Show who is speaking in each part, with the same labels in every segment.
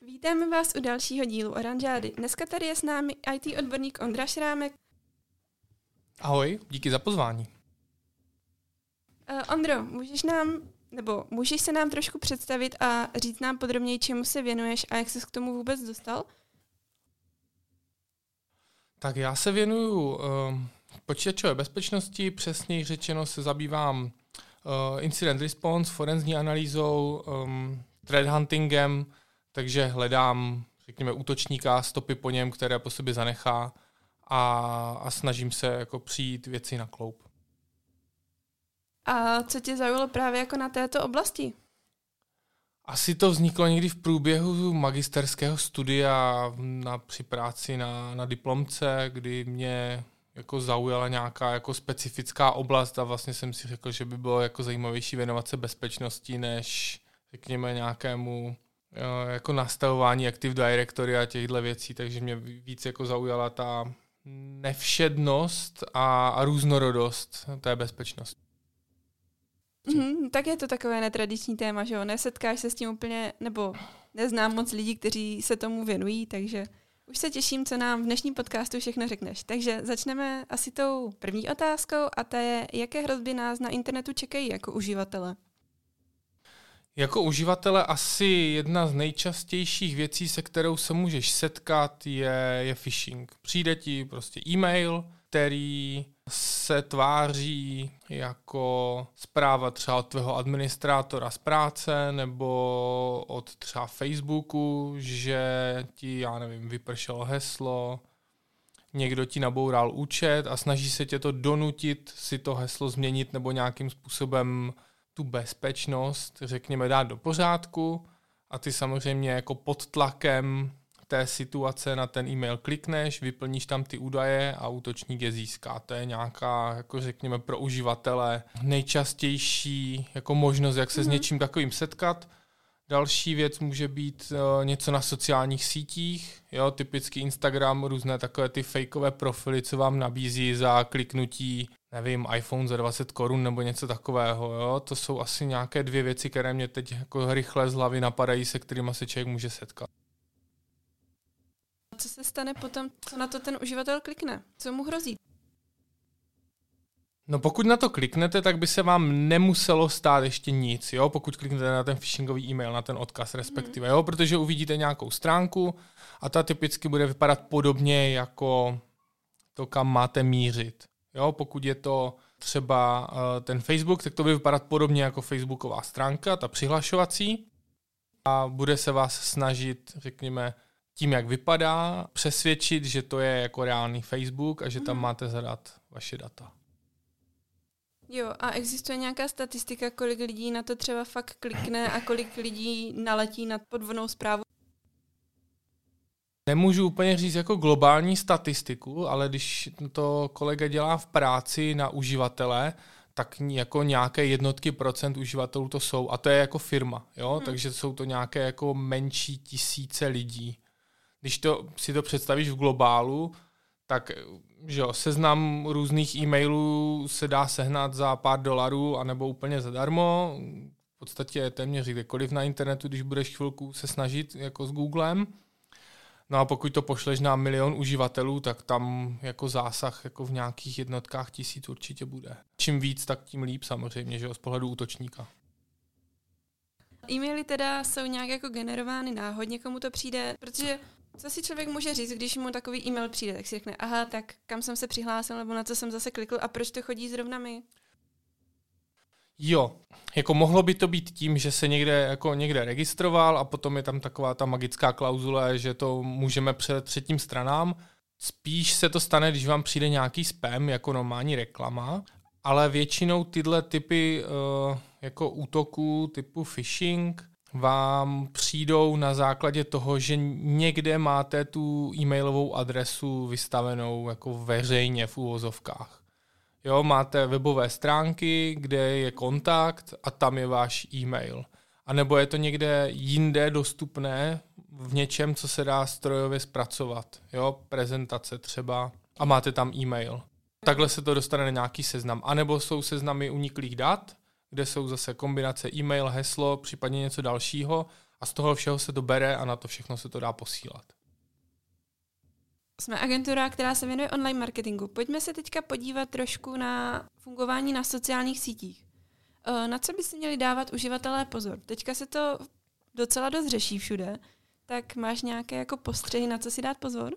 Speaker 1: Vítáme vás u dalšího dílu Oranžády. Dneska tady je s námi IT odborník Ondra Šrámek.
Speaker 2: Ahoj, díky za pozvání.
Speaker 1: Ondro, můžeš se nám trošku představit a říct nám podrobněji, čemu se věnuješ a jak ses k tomu vůbec dostal?
Speaker 2: Tak já se věnuju počítačové bezpečnosti, přesněji řečeno se zabývám incident response, forenzní analýzou, threat huntingem, takže hledám, řekněme, útočníka, stopy po něm, které po sobě zanechá a snažím se jako přijít věci na kloup.
Speaker 1: A co tě zaujalo právě jako na této oblasti?
Speaker 2: Asi to vzniklo někdy v průběhu magisterského studia při práci na diplomce, kdy mě jako zaujala nějaká jako specifická oblast a vlastně jsem si řekl, že by bylo jako zajímavější věnovat se bezpečnosti, než řekněme nějakému jako nastavování Active Directory a těchto věcí, takže mě víc jako zaujala ta nevšednost a různorodost té bezpečnosti.
Speaker 1: Tak je to takové netradiční téma, že jo? Nesetkáš se s tím úplně, nebo neznám moc lidí, kteří se tomu věnují, takže už se těším, co nám v dnešním podcastu všechno řekneš. Takže začneme asi tou první otázkou a ta je, jaké hrozby nás na internetu čekají jako uživatele?
Speaker 2: Jako uživatele asi jedna z nejčastějších věcí, se kterou se můžeš setkat, je phishing. Přijde ti prostě e-mail, který se tváří jako zpráva třeba od tvého administrátora z práce nebo od třeba Facebooku, že ti, já nevím, vypršelo heslo, někdo ti naboural účet a snaží se tě to donutit si to heslo změnit nebo nějakým způsobem tu bezpečnost, řekněme, dát do pořádku a ty samozřejmě jako pod tlakem té situace na ten e-mail klikneš, vyplníš tam ty údaje a útočník je získá. To je nějaká, jako řekněme, pro uživatele nejčastější jako možnost, jak se s něčím takovým setkat. Další věc může být něco na sociálních sítích, jo, typicky Instagram, různé takové ty fejkové profily, co vám nabízí za kliknutí, nevím, iPhone za 20 korun nebo něco takového, jo. To jsou asi nějaké dvě věci, které mě teď jako rychle z hlavy napadají, se kterými se člověk může setkat.
Speaker 1: Co se stane potom, co na to ten uživatel klikne? Co mu hrozí?
Speaker 2: No pokud na to kliknete, tak by se vám nemuselo stát ještě nic, jo, pokud kliknete na ten phishingový e-mail, na ten odkaz respektive, jo, protože uvidíte nějakou stránku a ta typicky bude vypadat podobně jako to, kam máte mířit. Jo, pokud je to třeba ten Facebook, tak to bude vypadat podobně jako facebooková stránka, ta přihlašovací a bude se vás snažit, řekněme, tím, jak vypadá, přesvědčit, že to je jako reálný Facebook a že tam máte zadat vaše data.
Speaker 1: Jo, a existuje nějaká statistika, kolik lidí na to třeba fakt klikne a kolik lidí naletí na podvodnou zprávu?
Speaker 2: Nemůžu úplně říct jako globální statistiku, ale když to kolega dělá v práci na uživatele, tak jako nějaké jednotky procent uživatelů to jsou. A to je jako firma, jo? Takže jsou to nějaké jako menší tisíce lidí. Když si to představíš v globálu, tak že jo, seznam různých e-mailů se dá sehnat za pár dolarů anebo úplně zadarmo. V podstatě téměř kdekoliv na internetu, když budeš chvilku se snažit jako s Googlem. No a pokud to pošleš na 1 milion uživatelů, tak tam jako zásah jako v nějakých jednotkách tisíc určitě bude. Čím víc, tak tím líp samozřejmě, že jo, z pohledu útočníka.
Speaker 1: E-maily teda jsou nějak jako generovány náhodně, komu to přijde, protože co si člověk může říct, když mu takový e-mail přijde, tak si řekne, aha, tak kam jsem se přihlásil, nebo na co jsem zase klikl a proč to chodí zrovna mi?
Speaker 2: Jo, jako mohlo by to být tím, že se někde registroval a potom je tam taková ta magická klauzule, že to můžeme předat třetím stranám. Spíš se to stane, když vám přijde nějaký spam, jako normální reklama, ale většinou tyhle typy jako útoků typu phishing vám přijdou na základě toho, že někde máte tu e-mailovou adresu vystavenou jako veřejně v uvozovkách. Jo, máte webové stránky, kde je kontakt a tam je váš e-mail. A nebo je to někde jinde dostupné v něčem, co se dá strojově zpracovat. Jo, prezentace třeba a máte tam e-mail. Takhle se to dostane na nějaký seznam. A nebo jsou seznamy uniklých dat, kde jsou zase kombinace e-mail, heslo, případně něco dalšího A z toho všeho se to bere a na to všechno se to dá posílat.
Speaker 1: Jsme agentura, která se věnuje online marketingu. Pojďme se teďka podívat trošku na fungování na sociálních sítích. Na co by si měli dávat uživatelé pozor? Teďka se to docela dost řeší všude. Tak máš nějaké jako postřehy, na co si dát pozor?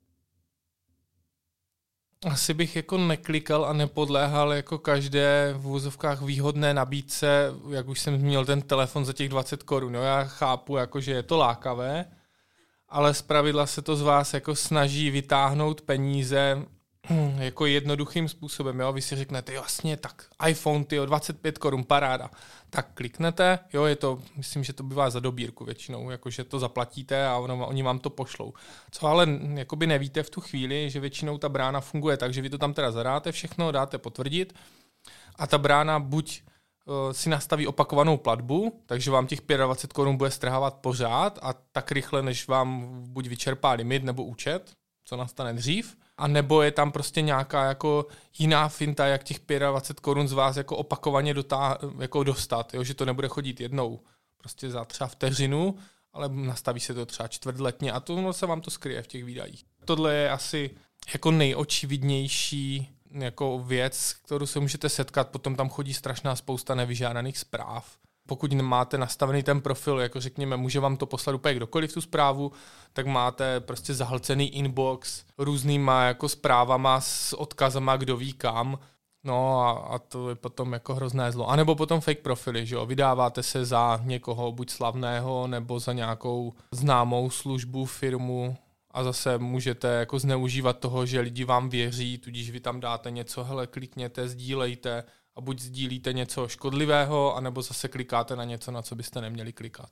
Speaker 2: Asi bych jako neklikal a nepodléhal jako každé v uvozovkách výhodné nabídce, jak už jsem zmínil ten telefon za těch 20 korun. No, já chápu, jako, že je to lákavé, ale zpravidla se to z vás jako snaží vytáhnout peníze jako jednoduchým způsobem. Jo? Vy si řeknete, jo, jasně, tak iPhone, tyjo, 25 korun, paráda. Tak kliknete, jo, je to, myslím, že to bývá za dobírku většinou, jakože to zaplatíte a oni vám to pošlou. Co ale jakoby nevíte v tu chvíli, že většinou ta brána funguje tak, že vy to tam teda zadáte všechno, dáte potvrdit a ta brána buď si nastaví opakovanou platbu, takže vám těch 25 korun bude strhávat pořád a tak rychle, než vám buď vyčerpá limit nebo účet, co nastane dřív, a nebo je tam nějaká jako jiná finta, jak těch 25 korun z vás jako opakovaně jako dostat, jo? Že to nebude chodit jednou za třeba vteřinu, ale nastaví se to třeba čtvrtletně a to se vám to skryje v těch výdajích. Tohle je asi jako nejočividnější jako věc, kterou se můžete setkat, potom tam chodí strašná spousta nevyžádaných zpráv. Pokud máte nastavený ten profil, jako řekněme, může vám to poslat úplně kdokoliv tu zprávu, tak máte zahlcený inbox různýma jako zprávama s odkazama, kdo ví kam. No a to je potom jako hrozné zlo. A nebo potom fake profily, že jo? Vydáváte se za někoho buď slavného, nebo za nějakou známou službu, firmu a zase můžete jako zneužívat toho, že lidi vám věří, tudíž vy tam dáte něco, hele, klikněte, sdílejte, a buď sdílíte něco škodlivého, anebo zase klikáte na něco, na co byste neměli klikat.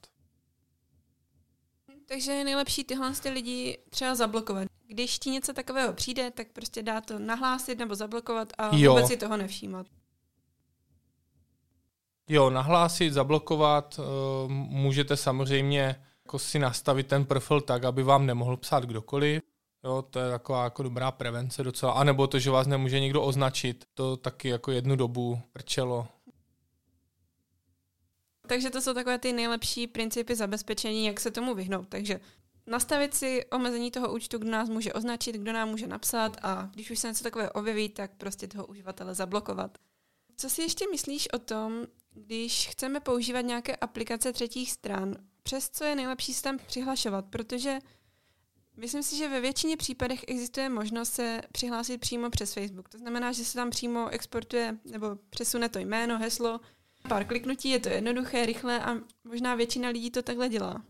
Speaker 1: Takže je nejlepší tyhle lidi třeba zablokovat. Když ti něco takového přijde, tak prostě dá to nahlásit nebo zablokovat a vůbec si toho nevšímat.
Speaker 2: Jo, nahlásit, zablokovat, můžete samozřejmě jako si nastavit ten profil tak, aby vám nemohl psát kdokoliv. Jo, to je taková jako dobrá prevence docela. A nebo to, že vás nemůže někdo označit. To taky jako jednu dobu prčelo.
Speaker 1: Takže to jsou takové ty nejlepší principy zabezpečení, jak se tomu vyhnout. Takže nastavit si omezení toho účtu, kdo nás může označit, kdo nám může napsat a když už se něco takové objeví, tak prostě toho uživatele zablokovat. Co si ještě myslíš o tom, když chceme používat nějaké aplikace třetích stran, přes co je nejlepší se tam přihlašovat, protože myslím si, že ve většině případech existuje možnost se přihlásit přímo přes Facebook. To znamená, že se tam přímo exportuje nebo přesune to jméno, heslo. Pár kliknutí, je to jednoduché, rychlé a možná většina lidí to takhle dělá.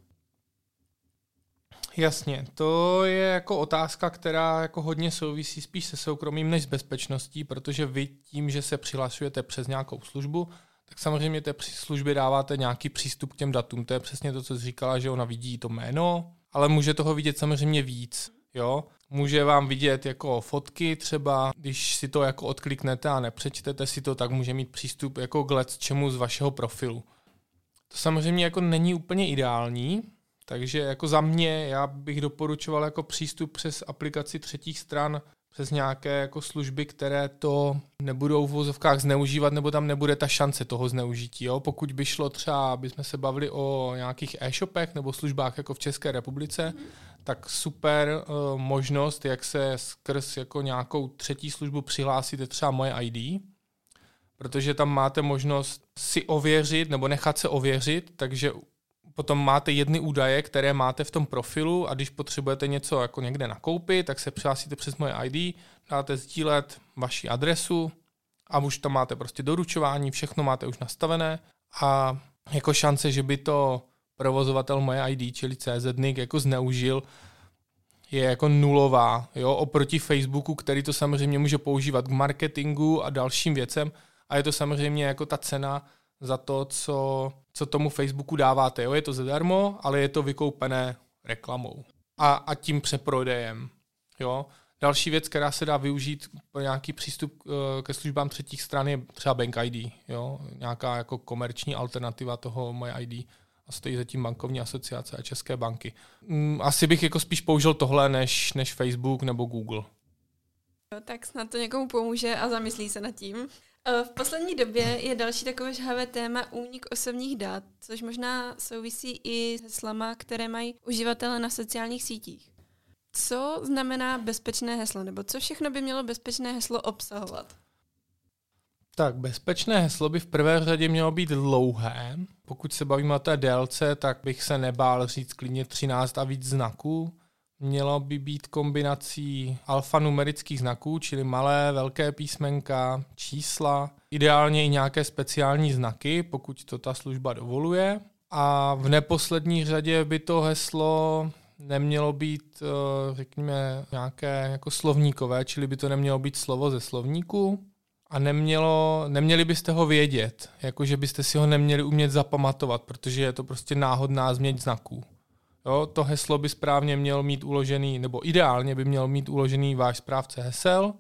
Speaker 2: Jasně, to je jako otázka, která jako hodně souvisí spíš se soukromím než s bezpečností, protože vy tím, že se přihlašujete přes nějakou službu, tak samozřejmě té službě dáváte nějaký přístup k těm datům. To je přesně to, co jsi říkala, že ona vidí to jméno, ale může toho vidět samozřejmě víc. Jo? Může vám vidět jako fotky třeba, když si to jako odkliknete a nepřečtete si to, tak může mít přístup jako k lecčemu z vašeho profilu. To samozřejmě jako není úplně ideální, takže jako za mě já bych doporučoval jako přístup přes aplikaci třetích stran, přes nějaké jako služby, které to nebudou v uvozovkách zneužívat, nebo tam nebude ta šance toho zneužití. Jo? Pokud by šlo třeba, abychom se bavili o nějakých e-shopech nebo službách jako v České republice, tak super možnost, jak se skrz jako nějakou třetí službu přihlásit, je třeba Moje ID, protože tam máte možnost si ověřit nebo nechat se ověřit, takže potom máte jedny údaje, které máte v tom profilu a když potřebujete něco jako někde nakoupit, tak se přihlásíte přes Moje ID, dáte sdílet vaši adresu a už tam máte prostě doručování, všechno máte už nastavené a jako šance, že by to provozovatel Moje ID, čili CZNIC, jako zneužil, je jako nulová, jo, oproti Facebooku, který to samozřejmě může používat k marketingu a dalším věcem a je to samozřejmě jako ta cena za to, co tomu Facebooku dáváte. Jo? Je to zadarmo, ale je to vykoupené reklamou a tím přeprodejem. Jo? Další věc, která se dá využít pro nějaký přístup ke službám třetích stran, je třeba Bank ID. Jo? Nějaká jako komerční alternativa toho Moje ID. A stojí zatím bankovní asociace a České banky. Asi bych jako spíš použil tohle než Facebook nebo Google.
Speaker 1: Jo, tak snad to někomu pomůže a zamyslí se nad tím. V poslední době je další takové žhavé téma únik osobních dat, což možná souvisí i s heslama, které mají uživatelé na sociálních sítích. Co znamená bezpečné heslo, nebo co všechno by mělo bezpečné heslo obsahovat?
Speaker 2: Tak bezpečné heslo by v prvé řadě mělo být dlouhé. Pokud se bavíme o té délce, tak bych se nebál říct klidně 13 a víc znaků. Mělo by být kombinací alfanumerických znaků, čili malé, velké písmenka, čísla, ideálně i nějaké speciální znaky, pokud to ta služba dovoluje. A v neposlední řadě by to heslo nemělo být, řekněme, nějaké jako slovníkové, čili by to nemělo být slovo ze slovníku. A neměli byste ho vědět, jakože byste si ho neměli umět zapamatovat, protože je to prostě náhodná změť znaků. Jo, to heslo by správně mělo mít uložený, nebo ideálně by měl mít uložený váš správce hesel.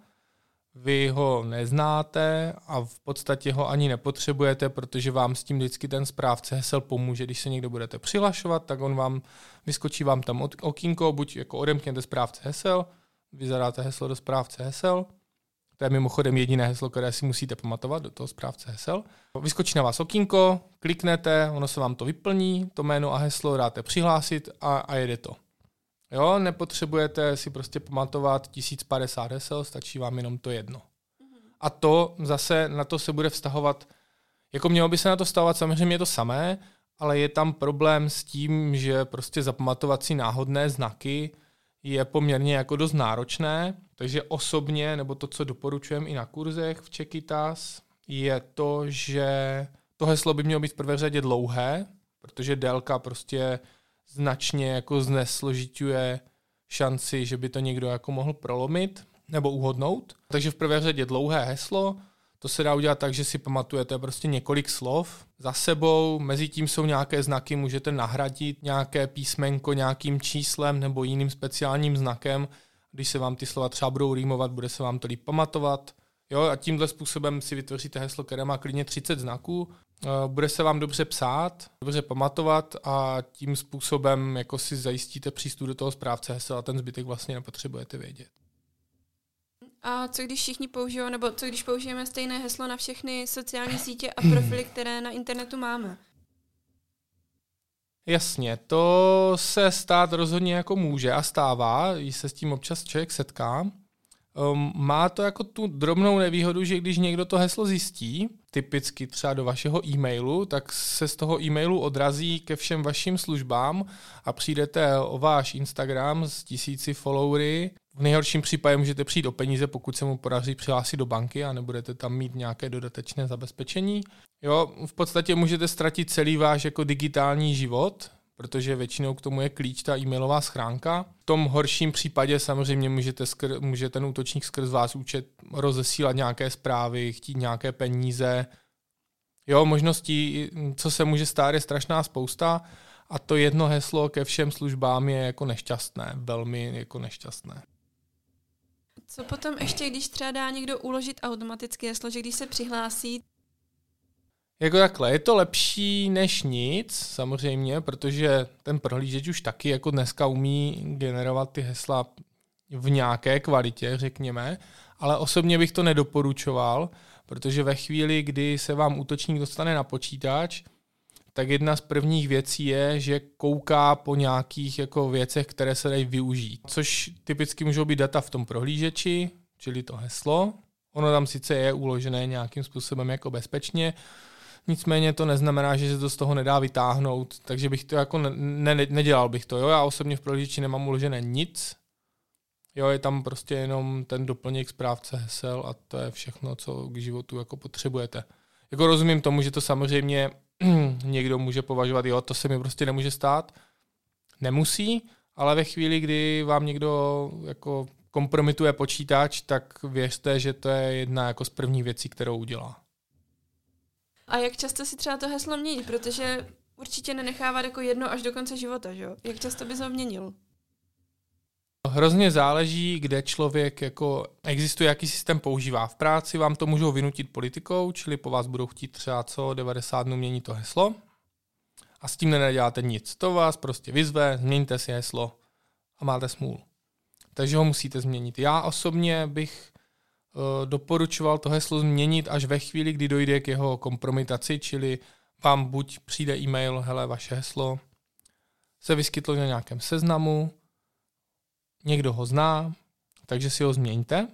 Speaker 2: Vy ho neznáte a v podstatě ho ani nepotřebujete, protože vám s tím vždycky ten správce hesel pomůže. Když se někdo budete přihlašovat, tak vyskočí vám tam okýnko, buď jako odemkněte správce hesel, vy zadáte heslo do správce hesel. To je mimochodem jediné heslo, které si musíte pamatovat do toho správce hesel. Vyskočí na vás okýnko, kliknete, ono se vám to vyplní, to jméno a heslo dáte přihlásit a jede to. Jo, nepotřebujete si prostě pamatovat 1050 hesel, stačí vám jenom to jedno. A to zase na to se bude vztahovat, jako mělo by se na to vztahovat samozřejmě to samé, ale je tam problém s tím, že prostě zapamatovat si náhodné znaky je poměrně jako dost náročné, takže osobně, nebo to, co doporučujeme i na kurzech v Czechitas, je to, že to heslo by mělo být v prvé řadě dlouhé, protože délka prostě značně jako znesložiťuje šanci, že by to někdo jako mohl prolomit nebo uhodnout. Takže v prvé řadě dlouhé heslo, to se dá udělat tak, že si pamatujete prostě několik slov za sebou, mezi tím jsou nějaké znaky, můžete nahradit nějaké písmenko nějakým číslem nebo jiným speciálním znakem. Když se vám ty slova třeba budou rýmovat, bude se vám to líp pamatovat. Jo, a tímhle způsobem si vytvoříte heslo, které má klidně 30 znaků. Bude se vám dobře psát, dobře pamatovat a tím způsobem jako si zajistíte přístup do toho správce hesel a ten zbytek vlastně nepotřebujete vědět.
Speaker 1: A co když všichni použijou, nebo co když použijeme stejné heslo na všechny sociální sítě a profily, které na internetu máme?
Speaker 2: Jasně, to se stát rozhodně jako může a stává, když se s tím občas člověk setká. Má to jako tu drobnou nevýhodu, že když někdo to heslo zjistí, typicky třeba do vašeho e-mailu, tak se z toho e-mailu odrazí ke všem vašim službám a přijdete o váš Instagram s 1000 followery. V nejhorším případě můžete přijít o peníze, pokud se mu podaří přihlásit do banky a nebudete tam mít nějaké dodatečné zabezpečení. Jo, v podstatě můžete ztratit celý váš jako digitální život, protože většinou k tomu je klíč ta e-mailová schránka. V tom horším případě samozřejmě může ten útočník skrz váš účet rozesílat nějaké zprávy, chtít nějaké peníze. Jo, možností, co se může stát, je strašná spousta a to jedno heslo ke všem službám je jako nešťastné, velmi jako nešťastné.
Speaker 1: Co potom ještě, když třeba dá někdo uložit automaticky heslo, že když se přihlásí?
Speaker 2: Jako takhle, je to lepší než nic, samozřejmě, protože ten prohlížeč už taky jako dneska umí generovat ty hesla v nějaké kvalitě, řekněme, ale osobně bych to nedoporučoval, protože ve chvíli, kdy se vám útočník dostane na počítač, tak jedna z prvních věcí je, že kouká po nějakých jako věcech, které se dají využít. Což typicky můžou být data v tom prohlížeči, čili to heslo. Ono tam sice je uložené nějakým způsobem jako bezpečně, nicméně to neznamená, že se to z toho nedá vytáhnout, takže bych to jako nedělal bych to. Jo? Já osobně v prohlížeči nemám uložené nic. Jo, je tam prostě jenom ten doplněk správce hesel a to je všechno, co k životu jako potřebujete. Jako rozumím tomu, že to samozřejmě někdo může považovat, jo, to se mi prostě nemůže stát. Nemusí, ale ve chvíli, kdy vám někdo jako kompromituje počítač, tak věřte, že to je jedna jako z prvních věcí, kterou udělá.
Speaker 1: A jak často si třeba to heslo měnit? Protože určitě nenechávat jako jedno až do konce života, že jo? Jak často bys ho měnil?
Speaker 2: Hrozně záleží, kde člověk jako existuje, jaký systém používá. V práci vám to můžou vynutit politikou, čili po vás budou chtít třeba co 90 dnů měnit to heslo a s tím neděláte nic. To vás prostě vyzve, změňte si heslo a máte smůlu. Takže ho musíte změnit. Já osobně bych doporučoval to heslo změnit až ve chvíli, kdy dojde k jeho kompromitaci, čili vám buď přijde e-mail, hele, vaše heslo se vyskytlo na nějakém seznamu, někdo ho zná, takže si ho změňte.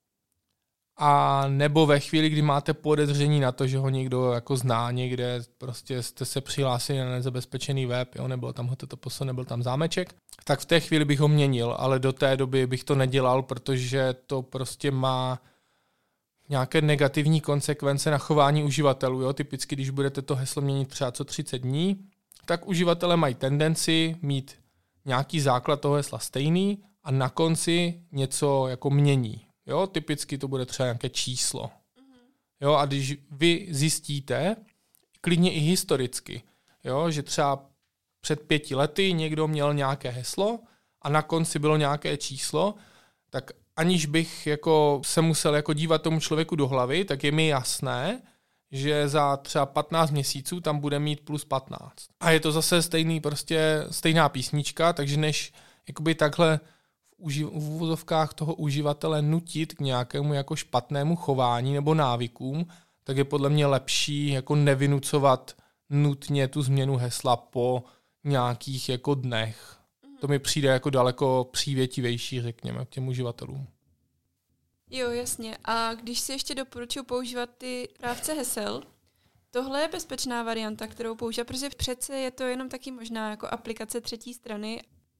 Speaker 2: A nebo ve chvíli, kdy máte podezření na to, že ho někdo jako zná někde, prostě jste se přihlásili na nezabezpečený web, jo, nebylo tam https, nebyl tam zámeček, tak v té chvíli bych ho měnil, ale do té doby bych to nedělal, protože to prostě má nějaké negativní konsekvence na chování uživatelů. Jo. Typicky, když budete to heslo měnit třeba co 30 dní, tak uživatelé mají tendenci mít nějaký základ toho hesla stejný a na konci něco jako mění. Jo, typicky to bude třeba nějaké číslo. Jo, a když vy zjistíte, klidně i historicky, jo, že třeba před 5 lety někdo měl nějaké heslo a na konci bylo nějaké číslo, tak aniž bych jako se musel jako dívat tomu člověku do hlavy, tak je mi jasné, že za třeba 15 měsíců tam bude mít plus 15. A je to zase stejná písnička, takže než jakoby takhle v uvozovkách toho uživatele nutit k nějakému jako špatnému chování nebo návykům, tak je podle mě lepší jako nevynucovat nutně tu změnu hesla po nějakých jako dnech. To mi přijde jako daleko přívětivější, řekněme, k těm uživatelům.
Speaker 1: Jo, jasně. A když si ještě doporučuji používat ty správce hesel, tohle je bezpečná varianta, kterou používám, protože přece je to jenom taky možná jako aplikace třetí strany.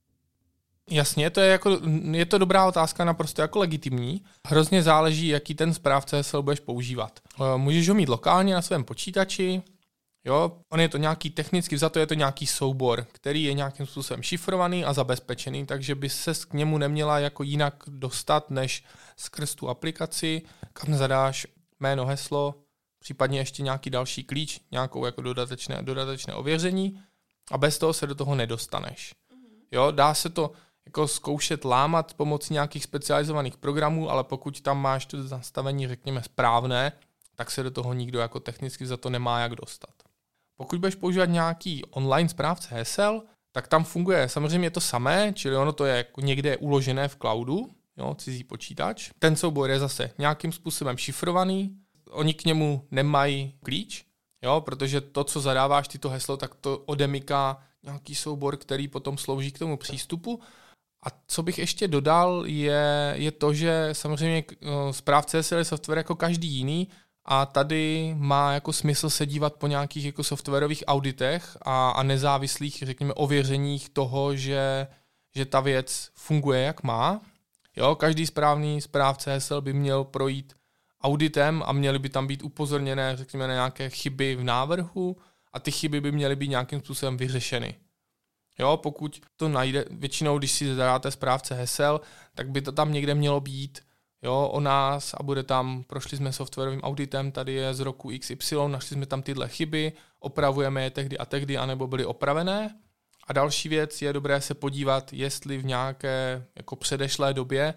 Speaker 2: Jasně, je to dobrá otázka, naprosto jako legitimní. Hrozně záleží, jaký ten správce hesel budeš používat. Můžeš ho mít lokálně na svém počítači, jo, on je to nějaký technicky vzato, je to nějaký soubor, který je nějakým způsobem šifrovaný a zabezpečený, takže by se k němu neměla jako jinak dostat, než skrz tu aplikaci, kam zadáš jméno, heslo, případně ještě nějaký další klíč, nějakou jako dodatečné ověření a bez toho se do toho nedostaneš. Jo, dá se to jako zkoušet lámat pomocí nějakých specializovaných programů, ale pokud tam máš to nastavení, řekněme, správné, tak se do toho nikdo jako technicky za to nemá jak dostat. Pokud budeš používat nějaký online správce hesel, tak tam funguje samozřejmě to samé, čili ono to je jako někde uložené v cloudu, jo, cizí počítač. Ten soubor je zase nějakým způsobem šifrovaný, oni k němu nemají klíč, jo, protože to, co zadáváš tyto heslo, tak to odemyká nějaký soubor, který potom slouží k tomu přístupu. A co bych ještě dodal, je to, že samozřejmě správce hesel je software jako každý jiný a tady má jako smysl se dívat po nějakých jako softwarových auditech a nezávislých, řekněme, ověřeních toho, že ta věc funguje, jak má. Jo, každý správný správce hesel by měl projít auditem a měly by tam být upozorněné, řekněme, na nějaké chyby v návrhu a ty chyby by měly být nějakým způsobem vyřešeny. Jo, pokud to najde, většinou, když si zadáte správce hesel, tak by to tam někde mělo být, jo, o nás a bude tam, prošli jsme softwarovým auditem, tady je z roku XY, našli jsme tam tyhle chyby, opravujeme je tehdy a tehdy, anebo byly opravené. A další věc je dobré se podívat, jestli v nějaké jako předešlé době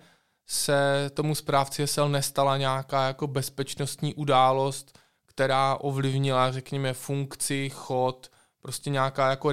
Speaker 2: se tomu správci hesel nestala nějaká jako bezpečnostní událost, která ovlivnila, řekněme, funkci, chod, prostě nějaká jako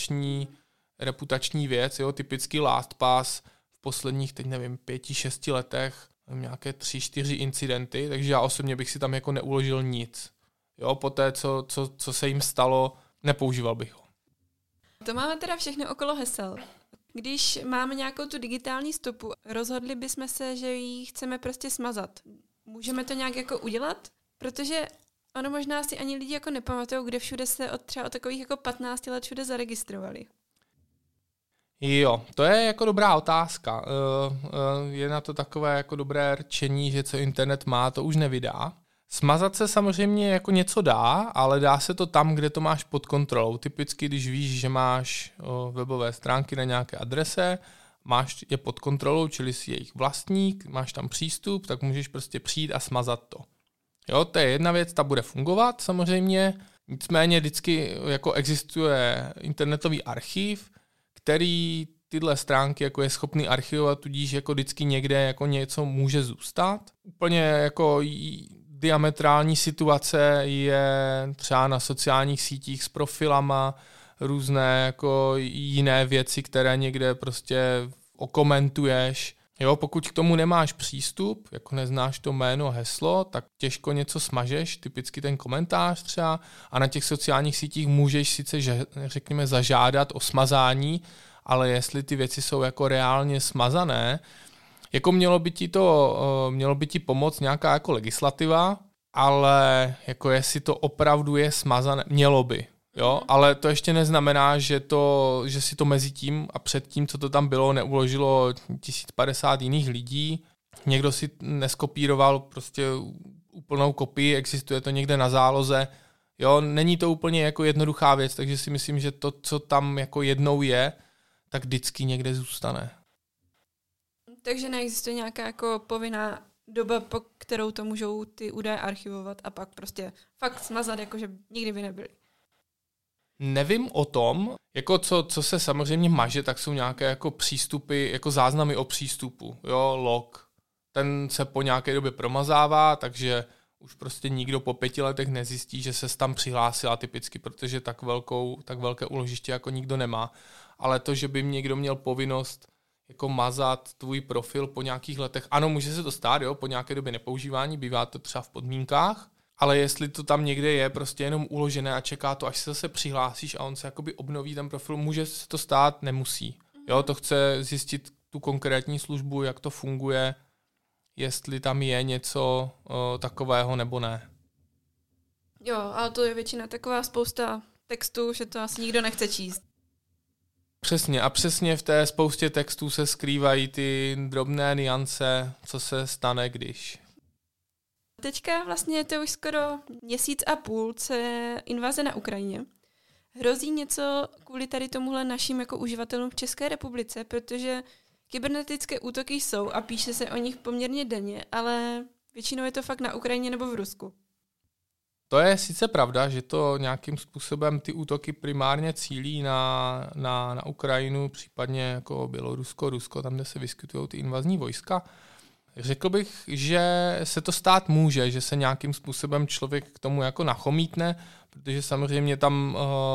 Speaker 2: reputační věc, jo, typicky LastPass v posledních, teď nevím, 5-6 letech, nějaké 3-4 incidenty, takže já osobně bych si tam jako neuložil nic. Jo, po té, co se jim stalo, nepoužíval bych ho.
Speaker 1: To máme teda všechno okolo hesel. Když máme nějakou tu digitální stopu, rozhodli bychom se, že ji chceme prostě smazat. Můžeme to nějak jako udělat? Protože ono možná si ani lidi jako nepamatujou, kde všude se třeba od takových jako 15 let všude zaregistrovali.
Speaker 2: Jo, to je jako dobrá otázka. Je na to takové jako dobré rčení, že co internet má, to už nevydá. Smazat se samozřejmě jako něco dá, ale dá se to tam, kde to máš pod kontrolou. Typicky, když víš, že máš webové stránky na nějaké adrese, máš je pod kontrolou, čili jsi jejich vlastník, máš tam přístup, tak můžeš prostě přijít a smazat to. Jo, to je jedna věc, ta bude fungovat samozřejmě, nicméně vždycky jako existuje internetový archiv, který tyhle stránky jako je schopný archivovat, tudíž jako vždycky někde jako něco může zůstat. Úplně jako diametrální situace je třeba na sociálních sítích s profilama, různé jako jiné věci, které někde prostě okomentuješ. Jo, pokud k tomu nemáš přístup, jako neznáš to jméno, heslo, tak těžko něco smažeš, typicky ten komentář třeba, a na těch sociálních sítích můžeš sice, řekněme, zažádat o smazání, ale jestli ty věci jsou jako reálně smazané, jako mělo by ti pomoct nějaká jako legislativa, ale jako jestli to opravdu je smazané, mělo by. Jo, ale to ještě neznamená, že si to mezi tím a před tím, co to tam bylo, neuložilo 1050 jiných lidí. Někdo si neskopíroval prostě úplnou kopii, existuje to někde na záloze. Jo, není to úplně jako jednoduchá věc, takže si myslím, že to, co tam jako jednou je, tak vždycky někde zůstane.
Speaker 1: Takže neexistuje nějaká jako povinná doba, po kterou to můžou ty údaje archivovat a pak prostě fakt smazat, jakože nikdy by nebyly.
Speaker 2: Nevím o tom, jako co se samozřejmě maže, tak jsou nějaké jako přístupy, jako záznamy o přístupu, jo, log. Ten se po nějaké době promazává, takže už prostě nikdo po 5 letech nezjistí, že se tam přihlásila typicky, protože tak velké úložiště jako nikdo nemá. Ale to, že by někdo měl povinnost jako mazat tvůj profil po nějakých letech, ano, může se to stát, jo, po nějaké době nepoužívání, bývá to třeba v podmínkách, ale jestli to tam někde je prostě jenom uložené a čeká to, až se zase přihlásíš a on se jakoby obnoví ten profil, může se to stát, nemusí. Jo, to chce zjistit tu konkrétní službu, jak to funguje, jestli tam je něco takového nebo ne.
Speaker 1: Jo, ale to je většina taková spousta textů, že to asi nikdo nechce číst.
Speaker 2: Přesně a přesně v té spoustě textů se skrývají ty drobné nuance, co se stane, když.
Speaker 1: Teďka vlastně je to už skoro 1,5 měsíce, co je invaze na Ukrajině. Hrozí něco kvůli tady tomuhle našim jako uživatelům v České republice, protože kybernetické útoky jsou a píše se o nich poměrně denně, ale většinou je to fakt na Ukrajině nebo v Rusku.
Speaker 2: To je sice pravda, že to nějakým způsobem ty útoky primárně cílí na Ukrajinu, případně jako Bělorusko, Rusko, tam, kde se vyskytují ty invazní vojska. Řekl bych, že se to stát může, že se nějakým způsobem člověk k tomu jako nachomítne, protože samozřejmě tam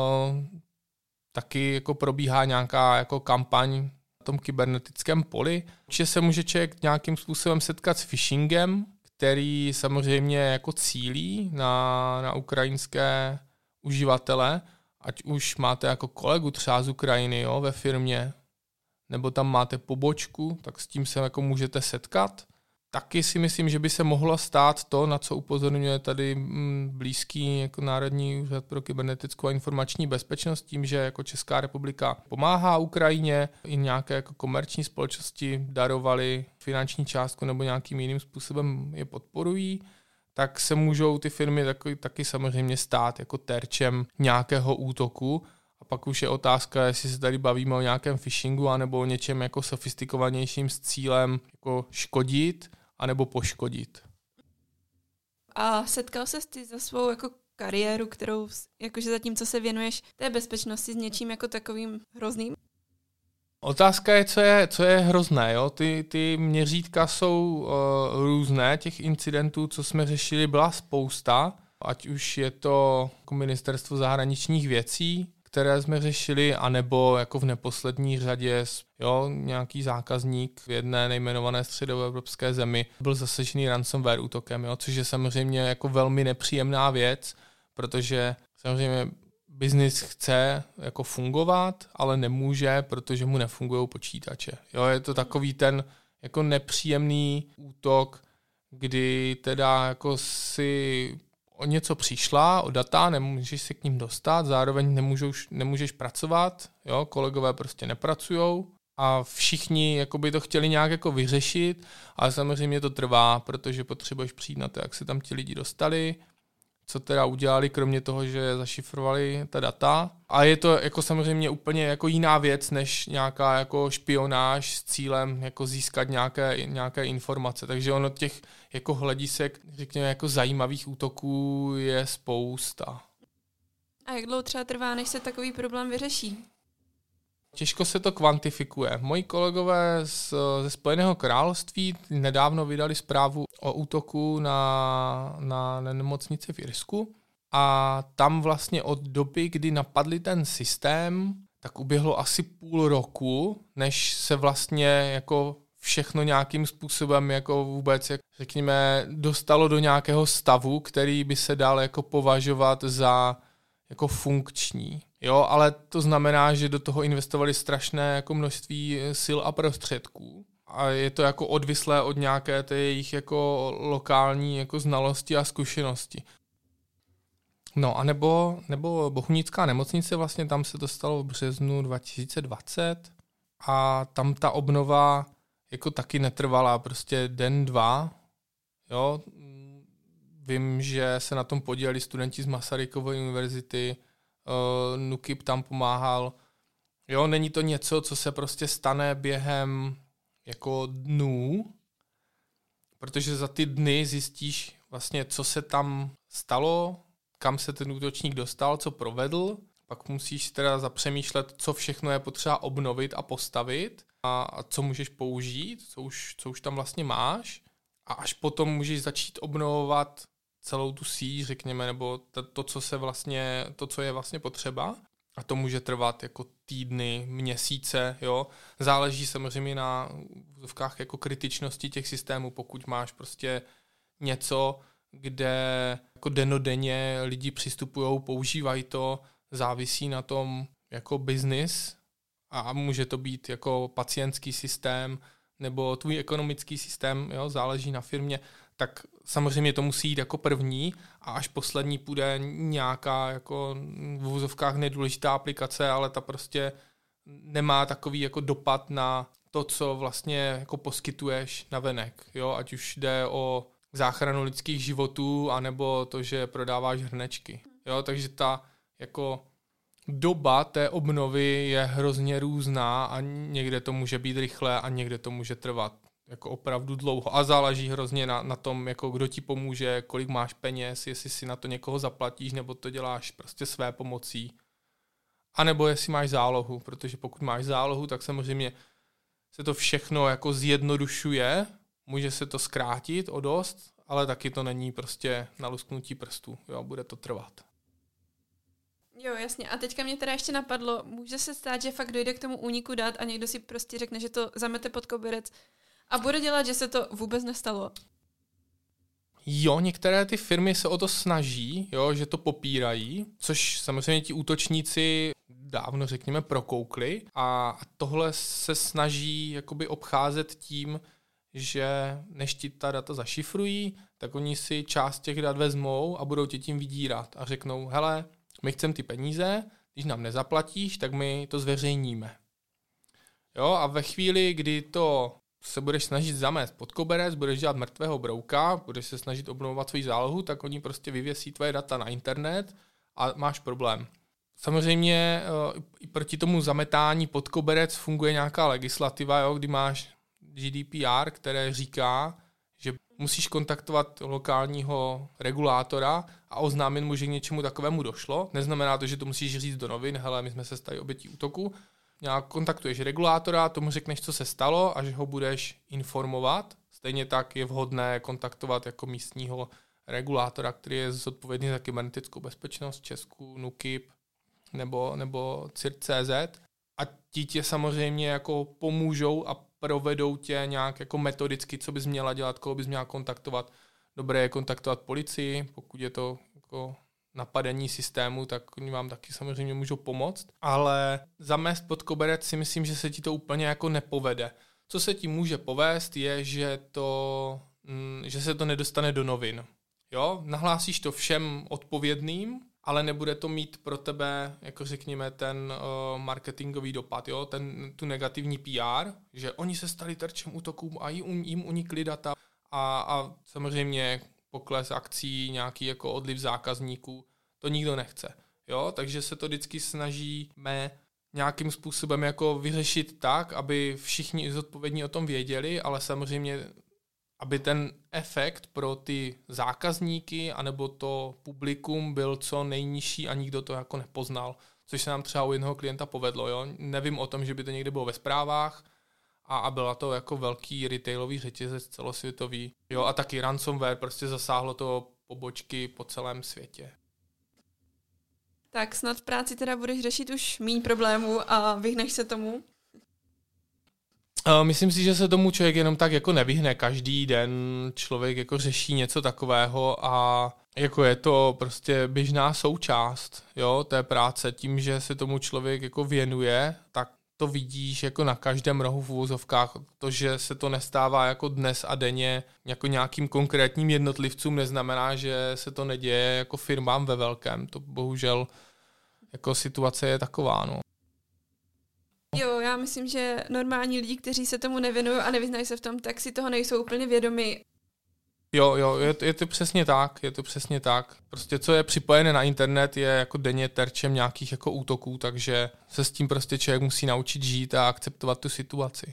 Speaker 2: taky jako probíhá nějaká jako kampaň na tom kybernetickém poli. Že se může člověk nějakým způsobem setkat s phishingem, který samozřejmě jako cílí na ukrajinské uživatele, ať už máte jako kolegu třeba z Ukrajiny, jo, ve firmě, nebo tam máte pobočku, tak s tím se jako můžete setkat. Taky si myslím, že by se mohlo stát to, na co upozorňuje tady blízký jako Národní úřad pro kybernetickou a informační bezpečnost, tím, že jako Česká republika pomáhá Ukrajině, i nějaké jako komerční společnosti darovaly finanční částku nebo nějakým jiným způsobem je podporují, tak se můžou ty firmy taky samozřejmě stát jako terčem nějakého útoku. A pak už je otázka, jestli se tady bavíme o nějakém phishingu anebo o něčem jako sofistikovanějším s cílem jako škodit anebo poškodit.
Speaker 1: A setkal ses ty za svou jako kariéru, kterou jakože zatímco se věnuješ té bezpečnosti s něčím jako takovým hrozným?
Speaker 2: Otázka je, co je hrozné. Jo? Ty měřítka jsou různé, těch incidentů, co jsme řešili, byla spousta, ať už je to jako Ministerstvo zahraničních věcí, které jsme řešili, anebo jako v neposlední řadě nějaký zákazník v jedné nejmenované středoevropské zemi byl zasažený ransomware útokem, jo, což je samozřejmě jako velmi nepříjemná věc, protože samozřejmě biznis chce jako fungovat, ale nemůže, protože mu nefungují počítače. Jo, je to takový ten jako nepříjemný útok, kdy teda jako si o něco přišla, o data, nemůžeš se k ním dostat, zároveň nemůžeš pracovat, jo, kolegové prostě nepracujou a všichni jakoby to chtěli nějak jako vyřešit, ale samozřejmě to trvá, protože potřebuješ přijít na to, jak se tam ti lidi dostali, co teda udělali, kromě toho, že zašifrovali ta data. A je to jako samozřejmě úplně jako jiná věc, než nějaká jako špionáž s cílem jako získat nějaké informace. Takže ono těch jako hledisek, řekněme, jako zajímavých útoků je spousta.
Speaker 1: A jak dlouho třeba trvá, než se takový problém vyřeší?
Speaker 2: Těžko se to kvantifikuje. Moji kolegové ze Spojeného království nedávno vydali zprávu o útoku na nemocnici v Irsku a tam vlastně od doby, kdy napadli ten systém, tak uběhlo asi 0,5 roku, než se vlastně jako všechno nějakým způsobem jako vůbec, jak řekněme, dostalo do nějakého stavu, který by se dal jako považovat za jako funkční. Jo, ale to znamená, že do toho investovali strašné jako množství sil a prostředků. A je to jako odvislé od nějaké té jejich jako lokální jako znalosti a zkušenosti. No a nebo Bohunická nemocnice, vlastně tam se to stalo v březnu 2020 a tam ta obnova jako taky netrvala, prostě den, dva. Jo. Vím, že se na tom podíleli studenti z Masarykovy univerzity, NÚKIB tam pomáhal. Jo, není to něco, co se prostě stane během jako dnů, protože za ty dny zjistíš vlastně, co se tam stalo, kam se ten útočník dostal, co provedl, pak musíš teda zapřemýšlet, co všechno je potřeba obnovit a postavit a co můžeš použít, co už tam vlastně máš a až potom můžeš začít obnovovat celou tu síť, řekněme, nebo to, co je vlastně potřeba. A to může trvat jako týdny, měsíce, jo. Záleží samozřejmě na úzovkách jako kritičnosti těch systémů, pokud máš prostě něco, kde jako dennodenně lidi přistupují, používají to, závisí na tom jako business a může to být jako pacientský systém nebo tvůj ekonomický systém, jo, záleží na firmě, tak samozřejmě to musí jít jako první a až poslední půjde nějaká jako v uvozovkách nedůležitá aplikace, ale ta prostě nemá takový jako dopad na to, co vlastně jako poskytuješ navenek, jo, ať už jde o záchranu lidských životů, anebo to, že prodáváš hrnečky. Jo, takže ta jako doba té obnovy je hrozně různá a někde to může být rychle a někde to může trvat jako opravdu dlouho. A záleží hrozně na tom, jako kdo ti pomůže, kolik máš peněz, jestli si na to někoho zaplatíš, nebo to děláš prostě své pomocí. A nebo jestli máš zálohu, protože pokud máš zálohu, tak samozřejmě se to všechno jako zjednodušuje, může se to zkrátit o dost, ale taky to není prostě na lusknutí prstů. Jo, bude to trvat.
Speaker 1: Jo, jasně. A teďka mě teda ještě napadlo, může se stát, že fakt dojde k tomu úniku dat a někdo si prostě řekne, že to zamete pod koberec a bude dělat, že se to vůbec nestalo.
Speaker 2: Jo, některé ty firmy se o to snaží, jo, že to popírají, což samozřejmě ti útočníci dávno, řekněme, prokoukli a tohle se snaží jakoby obcházet tím, že než ti ta data zašifrují, tak oni si část těch dat vezmou a budou tě tím vydírat a řeknou, hele, my chceme ty peníze, když nám nezaplatíš, tak my to zveřejníme. Jo, a ve chvíli, kdy to se budeš snažit zamést pod koberec, budeš dělat mrtvého brouka, budeš se snažit obnovovat svou zálohu, tak oni prostě vyvěsí tvoje data na internet a máš problém. Samozřejmě i proti tomu zametání pod koberec funguje nějaká legislativa, jo, kdy máš GDPR, které říká, že musíš kontaktovat lokálního regulátora a oznámit mu, že k něčemu takovému došlo. Neznamená to, že to musíš říct do novin, hele, my jsme se stali obětí útoku. Nějak kontaktuješ regulátora, tomu řekneš, co se stalo a že ho budeš informovat. Stejně tak je vhodné kontaktovat jako místního regulátora, který je zodpovědný za kybernetickou bezpečnost v Česku, NÚKIB nebo CIRT.cz. A ti tě samozřejmě jako pomůžou a provedou tě nějak jako metodicky, co bys měla dělat, koho bys měla kontaktovat. Dobré je kontaktovat policii, pokud je to jako napadení systému, tak oni vám taky samozřejmě můžou pomoct. Ale zamést pod koberec si myslím, že se ti to úplně jako nepovede. Co se ti může povést, je, že se to nedostane do novin. Jo? Nahlásíš to všem odpovědným, ale nebude to mít pro tebe, jako řekněme, ten marketingový dopad, jo? Tu negativní PR, že oni se stali terčem útokům a jim unikly data a samozřejmě pokles akcí, nějaký jako odliv zákazníků, to nikdo nechce. Jo? Takže se to vždycky snažíme nějakým způsobem jako vyřešit tak, aby všichni zodpovědní o tom věděli, ale samozřejmě aby ten efekt pro ty zákazníky anebo to publikum byl co nejnižší a nikdo to jako nepoznal. Což se nám třeba u jednoho klienta povedlo. Jo? Nevím o tom, že by to někde bylo ve zprávách a byla to jako velký retailový řetězec celosvětový. Jo? A taky ransomware prostě zasáhlo to pobočky po celém světě.
Speaker 1: Tak snad v práci teda budeš řešit už míň problémů a vyhneš se tomu?
Speaker 2: Myslím si, že se tomu člověk jenom tak jako nevyhne. Každý den člověk jako řeší něco takového a jako je to prostě běžná součást, jo, té práce. Tím, že se tomu člověk jako věnuje, tak to vidíš jako na každém rohu v uvozovkách. To, že se to nestává jako dnes a denně jako nějakým konkrétním jednotlivcům, neznamená, že se to neděje jako firmám ve velkém. To bohužel jako situace je taková, no.
Speaker 1: Jo, já myslím, že normální lidi, kteří se tomu nevěnují a nevyznají se v tom, tak si toho nejsou úplně vědomi.
Speaker 2: Jo, je to přesně tak. Prostě co je připojené na internet, je jako denně terčem nějakých jako útoků, takže se s tím prostě člověk musí naučit žít a akceptovat tu situaci.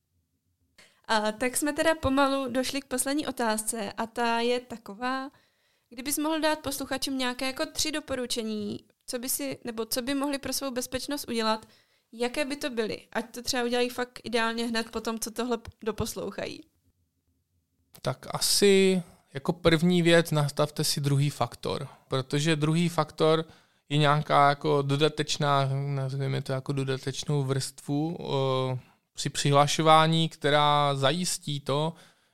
Speaker 1: A tak jsme teda pomalu došli k poslední otázce a ta je taková, kdybys mohl dát posluchačům nějaké jako 3 doporučení, co by mohli pro svou bezpečnost udělat, jaké by to byly? Ať to třeba udělají fakt ideálně hned po tom, co tohle doposlouchají.
Speaker 2: Tak asi jako první věc nastavte si druhý faktor, protože druhý faktor je nějaká jako dodatečná, nazveme to jako dodatečnou vrstvu při přihlašování, která zajistí to,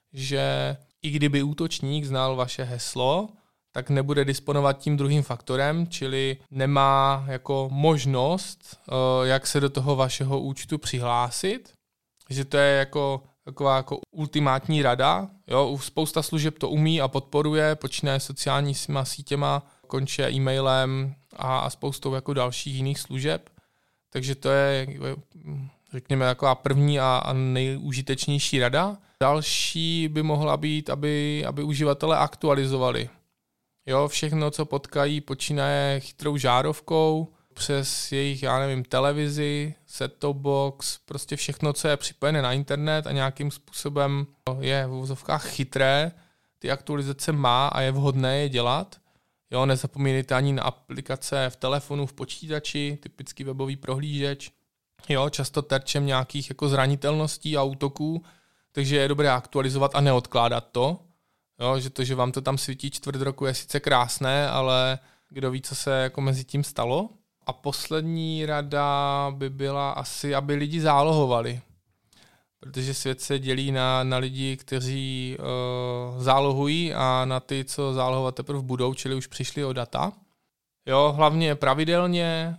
Speaker 2: že i kdyby útočník znal vaše heslo, tak nebude disponovat tím druhým faktorem, čili nemá jako možnost, jak se do toho vašeho účtu přihlásit, že to je jako taková jako ultimátní rada. Jo, spousta služeb to umí a podporuje, počínaje sociálníma sítěma, končí e-mailem a spoustou jako dalších jiných služeb. Takže to je, řekněme, taková první a nejúžitečnější rada. Další by mohla být, aby uživatelé aktualizovali. Jo, všechno, co potkají, počínaje chytrou žárovkou, přes jejich, televizi, set-top box, prostě všechno, co je připojené na internet a nějakým způsobem je v uvozovkách chytré, ty aktualizace má a je vhodné je dělat. Jo, nezapomínejte ani na aplikace v telefonu, v počítači, typický webový prohlížeč. Jo, často terčem nějakých jako zranitelností a útoků, takže je dobré aktualizovat a neodkládat to. Jo, že to, že vám to tam svítí 4 roku je sice krásné, ale kdo ví, co se jako mezi tím stalo. A poslední rada by byla asi, aby lidi zálohovali. Protože svět se dělí na lidi, kteří zálohují a na ty, co zálohovat teprve budou, čili už přišli o data. Jo, hlavně pravidelně,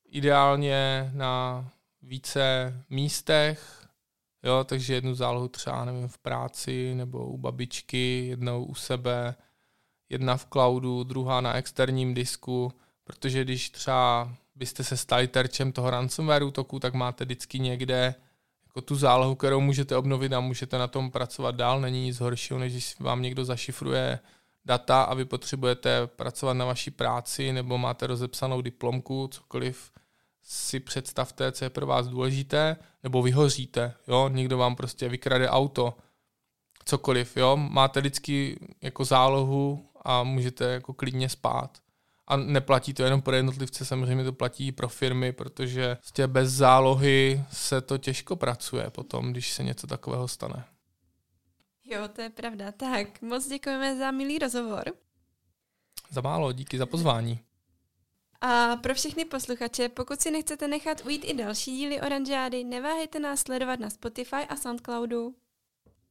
Speaker 2: ideálně na více místech, jo, takže jednu zálohu třeba, v práci nebo u babičky, jednou u sebe, jedna v cloudu, druhá na externím disku, protože když třeba byste se stali terčem toho ransomware útoku, tak máte vždycky někde jako tu zálohu, kterou můžete obnovit a můžete na tom pracovat dál. Není nic horšího, než když vám někdo zašifruje data a vy potřebujete pracovat na vaší práci nebo máte rozepsanou diplomku, cokoliv si představte, co je pro vás důležité, nebo vyhoříte. Jo? Někdo vám prostě vykrade auto, cokoliv. Jo? Máte vždycky jako zálohu a můžete jako klidně spát. A neplatí to jenom pro jednotlivce, samozřejmě to platí i pro firmy, protože prostě bez zálohy se to těžko pracuje potom, když se něco takového stane.
Speaker 1: Jo, to je pravda. Tak, moc děkujeme za milý rozhovor.
Speaker 2: Za málo, díky za pozvání.
Speaker 1: A pro všechny posluchače, pokud si nechcete nechat ujít i další díly Oranžády, neváhejte nás sledovat na Spotify a Soundcloudu.